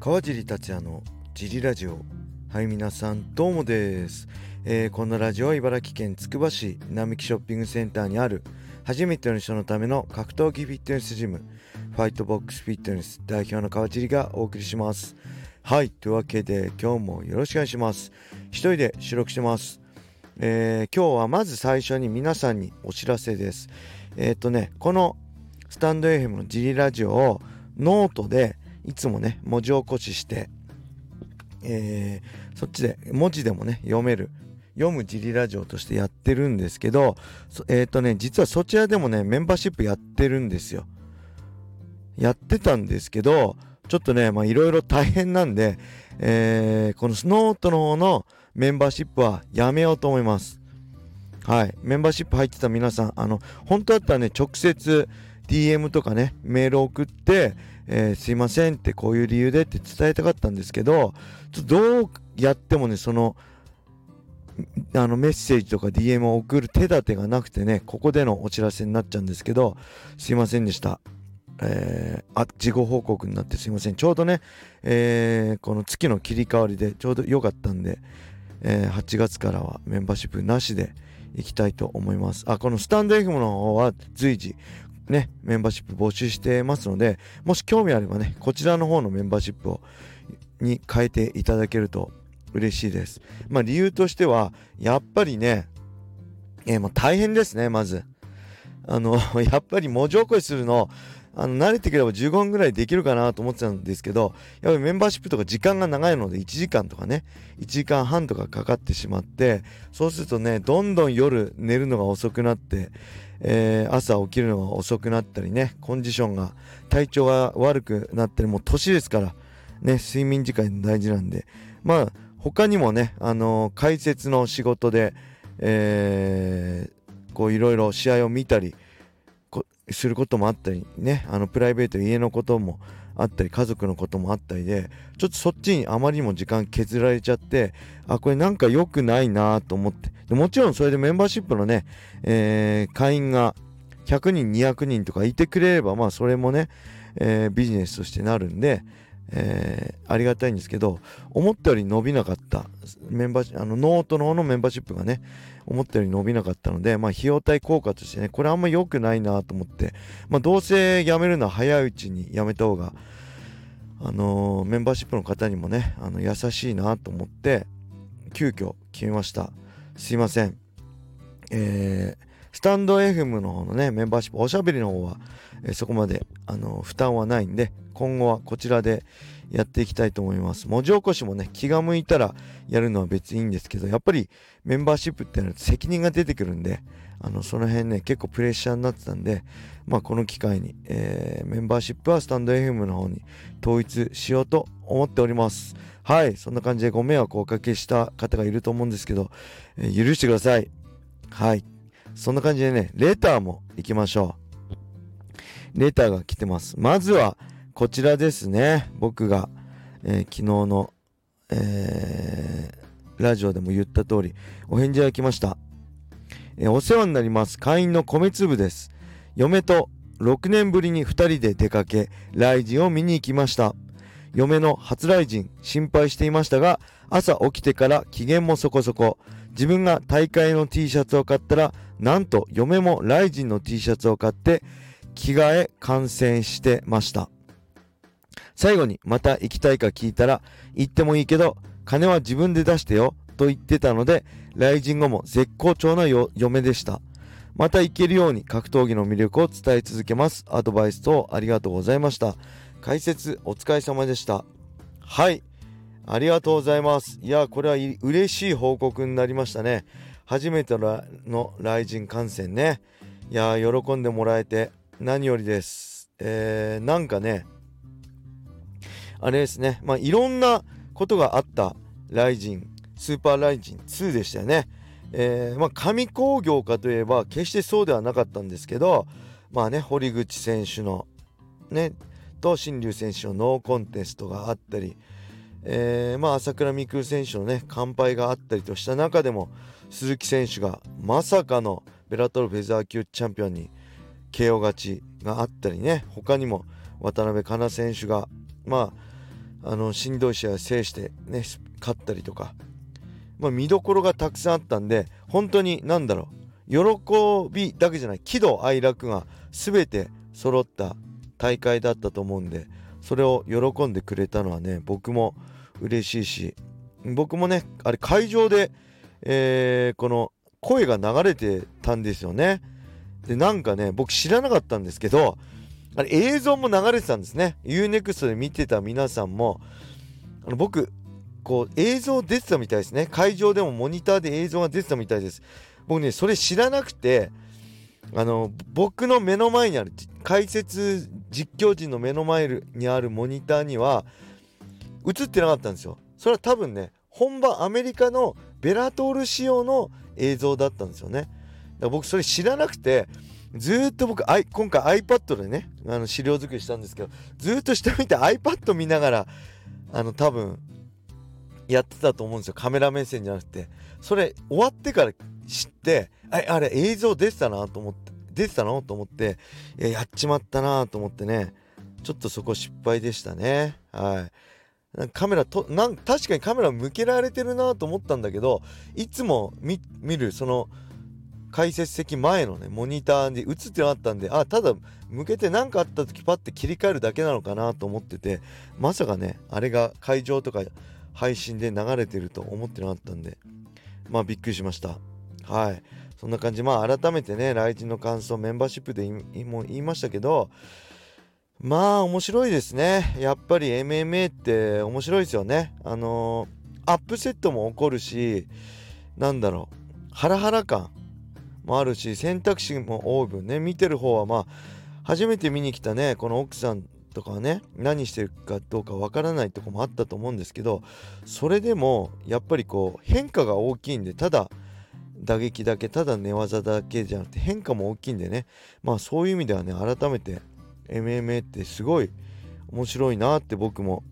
川尻達也のジリラジオ。はい、皆さんどうもです。このラジオは茨城県つくば市並木ショッピングセンターにある初めての人のための格闘技フィットネスジム、ファイトボックスフィットネス代表の川尻がお送りします。はい、というわけで今日もよろしくお願いします。一人で収録してます。今日はまず最初に皆さんにお知らせです。このスタンド FM のジリラジオをノートでいつもね文字起こしして、そっちで文字でもね読むジリラジオとしてやってるんですけど、実はそちらでもねメンバーシップやってるんですよ。やってたんですけどちょっとねいろいろ大変なんで、このノートの方のメンバーシップはやめようと思います。はい、メンバーシップ入ってた皆さん、本当だったらね直接 DM とかねメールを送って、すいませんってこういう理由でって伝えたかったんですけど、ちょっとどうやってもねそのメッセージとか DM を送る手立てがなくてね、ここでのお知らせになっちゃうんですけど、すいませんでした。事後報告になってすいません。ちょうどね、この月の切り替わりでちょうど良かったんで、8月からはメンバーシップなしでいきたいと思います。このスタンド FM の方は随時ねメンバーシップ募集してますので、もし興味あればねこちらの方のメンバーシップに変えていただけると嬉しいです。理由としてはやっぱりね、もう大変ですね。まずやっぱり文字起こしするの慣れてくれば15分ぐらいできるかなと思ってたんですけど、やっぱりメンバーシップとか時間が長いので1時間とかね1時間半とかかかってしまって、そうするとねどんどん夜寝るのが遅くなって、朝起きるのが遅くなったりね、コンディションが体調が悪くなったり、もう年ですからね睡眠時間大事なんで、他にもね解説の仕事で、こういろいろ試合を見たりすることもあったりね、プライベート家のこともあったり家族のこともあったりで、ちょっとそっちにあまりにも時間削られちゃって、これなんか良くないなと思って、もちろんそれでメンバーシップのね、会員が100人200人とかいてくれればそれもね、ビジネスとしてなるんで、ありがたいんですけど、思ったより伸びなかったメンバーノートの方のメンバーシップがね思ったより伸びなかったので、費用対効果としてねこれあんま良くないなと思って、どうせやめるのは早いうちにやめた方がメンバーシップの方にもね優しいなと思って急遽決めました。すいません。スタンド FM の方のねメンバーシップおしゃべりの方は、そこまで負担はないんで、今後はこちらでやっていきたいと思います。文字起こしもね気が向いたらやるのは別にいいんですけど、やっぱりメンバーシップってなると責任が出てくるんで、その辺ね結構プレッシャーになってたんで、この機会に、メンバーシップはスタンド FM の方に統一しようと思っております。はい、そんな感じでご迷惑をおかけした方がいると思うんですけど、許してください。はい、そんな感じでねレターも行きましょう。レターが来てます。まずはこちらですね。僕が、昨日の、ラジオでも言った通りお返事が来ました。お世話になります。会員の米粒です。嫁と6年ぶりに2人で出かけライジンを見に行きました。嫁の初ライジン心配していましたが、朝起きてから機嫌もそこそこ。自分が大会の T シャツを買ったら、なんと嫁もライジンの T シャツを買って着替え観戦してました。最後にまた行きたいか聞いたら、行ってもいいけど金は自分で出してよと言ってたので、ライジン後も絶好調な嫁でした。また行けるように格闘技の魅力を伝え続けます。アドバイス等ありがとうございました。解説お疲れ様でした。はい、ありがとうございます。いやこれは嬉しい報告になりましたね。初めてのライジン観戦ね、いや喜んでもらえて何よりです。なんかねあれですね、いろんなことがあったライジンスーパーライジン2でしたよね。神工業かといえば決してそうではなかったんですけど、堀口選手のねと新竜選手のノーコンテストがあったり、朝倉未来選手のね完敗があったりとした中でも、鈴木選手がまさかのベラトルフェザー級チャンピオンに KO 勝ちがあったりね、他にも渡辺香奈選手がしんどい試合を制してね勝ったりとか、見どころがたくさんあったんで、本当に喜びだけじゃない、喜怒哀楽が全て揃った大会だったと思うんで、それを喜んでくれたのはね僕も嬉しいし、僕もねあれ会場で、この声が流れてたんですよね。で僕知らなかったんですけど、あれ映像も流れてたんですね。 UNEXT で見てた皆さんも僕こう映像出てたみたいですね。会場でもモニターで映像が出てたみたいです。僕ねそれ知らなくて、僕の目の前にある解説実況陣の目の前にあるモニターには映ってなかったんですよ。それは多分ね本場アメリカのベラトール仕様の映像だったんですよね。だから僕それ知らなくて、ずっと今回 iPad でね資料作りしたんですけど、ずっと下見て iPad 見ながら多分やってたと思うんですよ。カメラ目線じゃなくて、それ終わってから知って、あれ映像出てたのと思って、やっちまったなと思ってね、ちょっとそこ失敗でしたね。はい。確かにカメラ向けられてるなと思ったんだけど、いつも見るその解説席前のねモニターで映ってなかったんで、ただ向けて何かあった時パッて切り替えるだけなのかなと思ってて、まさかねあれが会場とか配信で流れてると思ってなかったんで、びっくりしました。はい、そんな感じ。改めてね来日の感想メンバーシップでも言いましたけど、面白いですね。やっぱり MMA って面白いですよね。アップセットも起こるし、ハラハラ感もあるし、選択肢も多い分ね、見てる方は初めて見に来たねこの奥さんとかはね何してるかどうかわからないとこもあったと思うんですけど、それでもやっぱりこう変化が大きいんで、ただ打撃だけ、ただ寝技だけじゃなくて変化も大きいんでね、そういう意味ではね改めて MMA ってすごい面白いなって僕も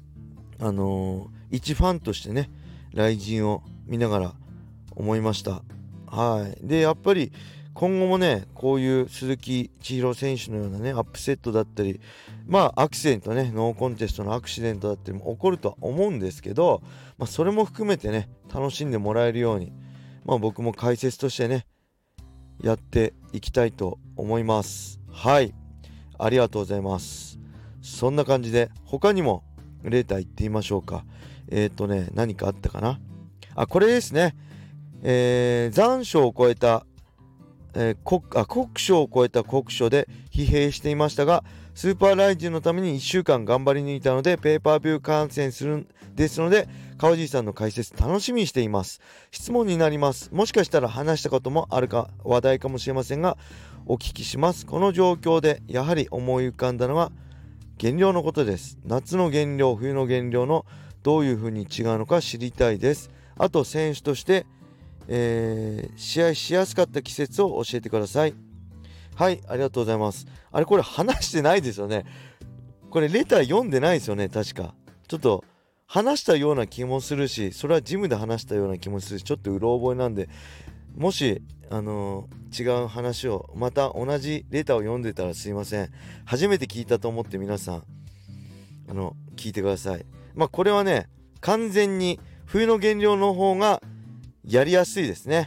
一ファンとしてね雷神を見ながら思いました。はい。でやっぱり今後もねこういう鈴木千尋選手のようなねアップセットだったり、アクシデントね、ノーコンテストのアクシデントだったりも起こるとは思うんですけど、それも含めてね楽しんでもらえるように、僕も解説としてねやっていきたいと思います。はい、ありがとうございます。そんな感じで他にもレーター行ってみましょうか。何かあったかな。これですね。残暑を超えた、酷暑を超えた酷暑で疲弊していましたが、スーパーライジンのために1週間頑張り抜いたのでペーパービュー観戦するんですので、川地さんの解説楽しみにしています。質問になります。もしかしたら話したこともあるか話題かもしれませんがお聞きします。この状況でやはり思い浮かんだのは減量のことです。夏の減量、冬の減量のどういう風に違うのか知りたいです。あと選手として試合しやすかった季節を教えてください。はい、ありがとうございます。これ話してないですよね。これレター読んでないですよね。確かちょっと話したような気もするし、それはジムで話したような気もするし、ちょっとうろ覚えなんで、もし違う話をまた同じレターを読んでたらすいません。初めて聞いたと思って皆さん聞いてください。これはね完全に冬の減量の方がやりやすいですね。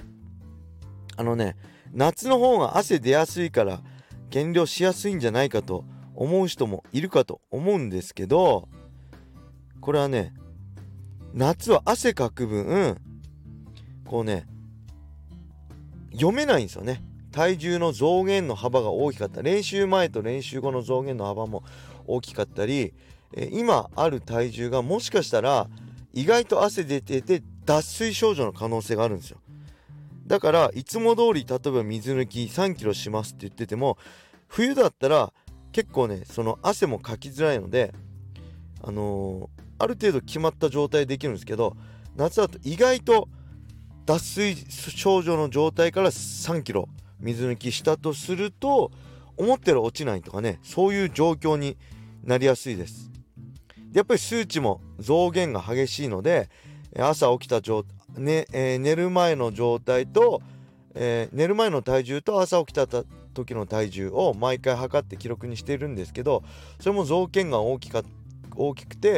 夏の方が汗出やすいから減量しやすいんじゃないかと思う人もいるかと思うんですけど、これはね夏は汗かく分こうね読めないんですよね。体重の増減の幅が大きかった、練習前と練習後の増減の幅も大きかったり、今ある体重がもしかしたら意外と汗出てて脱水症状の可能性があるんですよ。だからいつも通り例えば水抜き3キロしますって言ってても、冬だったら結構ねその汗もかきづらいのである程度決まった状態できるんですけど、夏だと意外と脱水症状の状態から3キロ水抜きしたとすると思ったより落ちないとかね、そういう状況になりやすいです。やっぱり数値も増減が激しいので、朝起きた寝る前の状態と、寝る前の体重と朝起きた時の体重を毎回測って記録にしているんですけど、それも増減が大きくて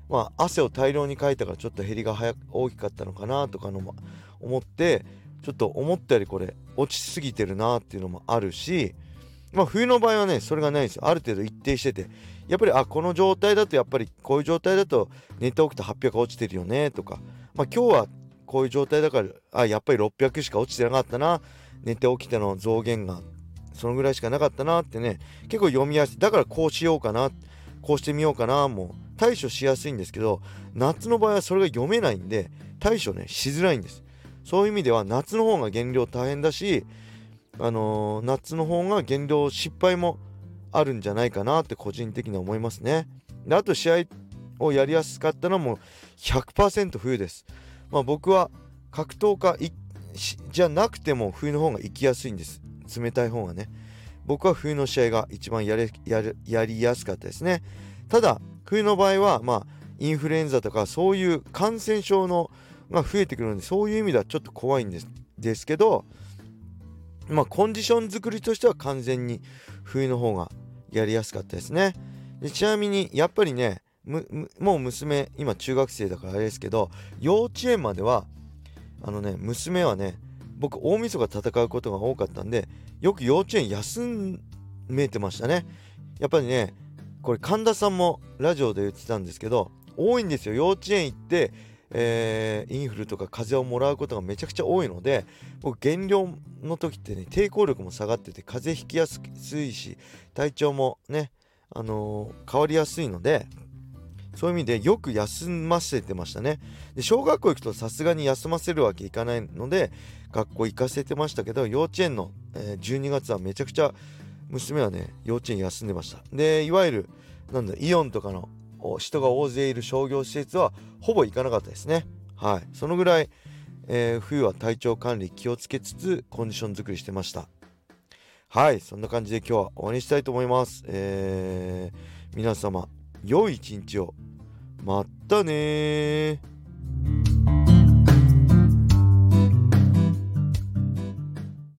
汗を大量にかいたからちょっと減りが大きかったのかなとかのも思って、ちょっと思ったよりこれ落ちすぎてるなっていうのもあるし、冬の場合はねそれがないんですよ。ある程度一定してて、やっぱりこの状態だとやっぱりこういう状態だと寝て起きて800落ちてるよねとか、今日はこういう状態だからやっぱり600しか落ちてなかったな、寝て起きての増減がそのぐらいしかなかったなってね、結構読みやすい。だからこうしようかな、こうしてみようかな、もう対処しやすいんですけど、夏の場合はそれが読めないんで対処ねしづらいんです。そういう意味では夏の方が減量大変だし、夏の方が減量失敗もあるんじゃないかなって個人的には思いますね。であと試合をやりやすかったのはもう 100% 冬です。僕は格闘家じゃなくても冬の方が行きやすいんです。冷たい方がね。僕は冬の試合が一番やりやすかったですね。ただ冬の場合はインフルエンザとかそういう感染症のが増えてくるので、そういう意味ではちょっと怖いんですけど、コンディション作りとしては完全に冬の方がやりやすかったですね。でちなみにやっぱりね、もう娘今中学生だからあれですけど、幼稚園までは娘はね、僕大晦日戦うことが多かったんで、よく幼稚園休めてましたね。やっぱりね、これ神田さんもラジオで言ってたんですけど、多いんですよ。幼稚園行ってインフルとか風邪をもらうことがめちゃくちゃ多いので、僕減量の時ってね抵抗力も下がってて風邪ひきやすいし、体調もね変わりやすいので、そういう意味でよく休ませてましたね。で小学校行くとさすがに休ませるわけいかないので学校行かせてましたけど、幼稚園の、12月はめちゃくちゃ娘はね幼稚園休んでました。でいわゆるイオンとかの人が大勢いる商業施設はほぼ行かなかったですね。はい、そのぐらい、冬は体調管理気をつけつつコンディション作りしてました。はい、そんな感じで今日は終わりにしたいと思います。皆様良い一日を。まったねー。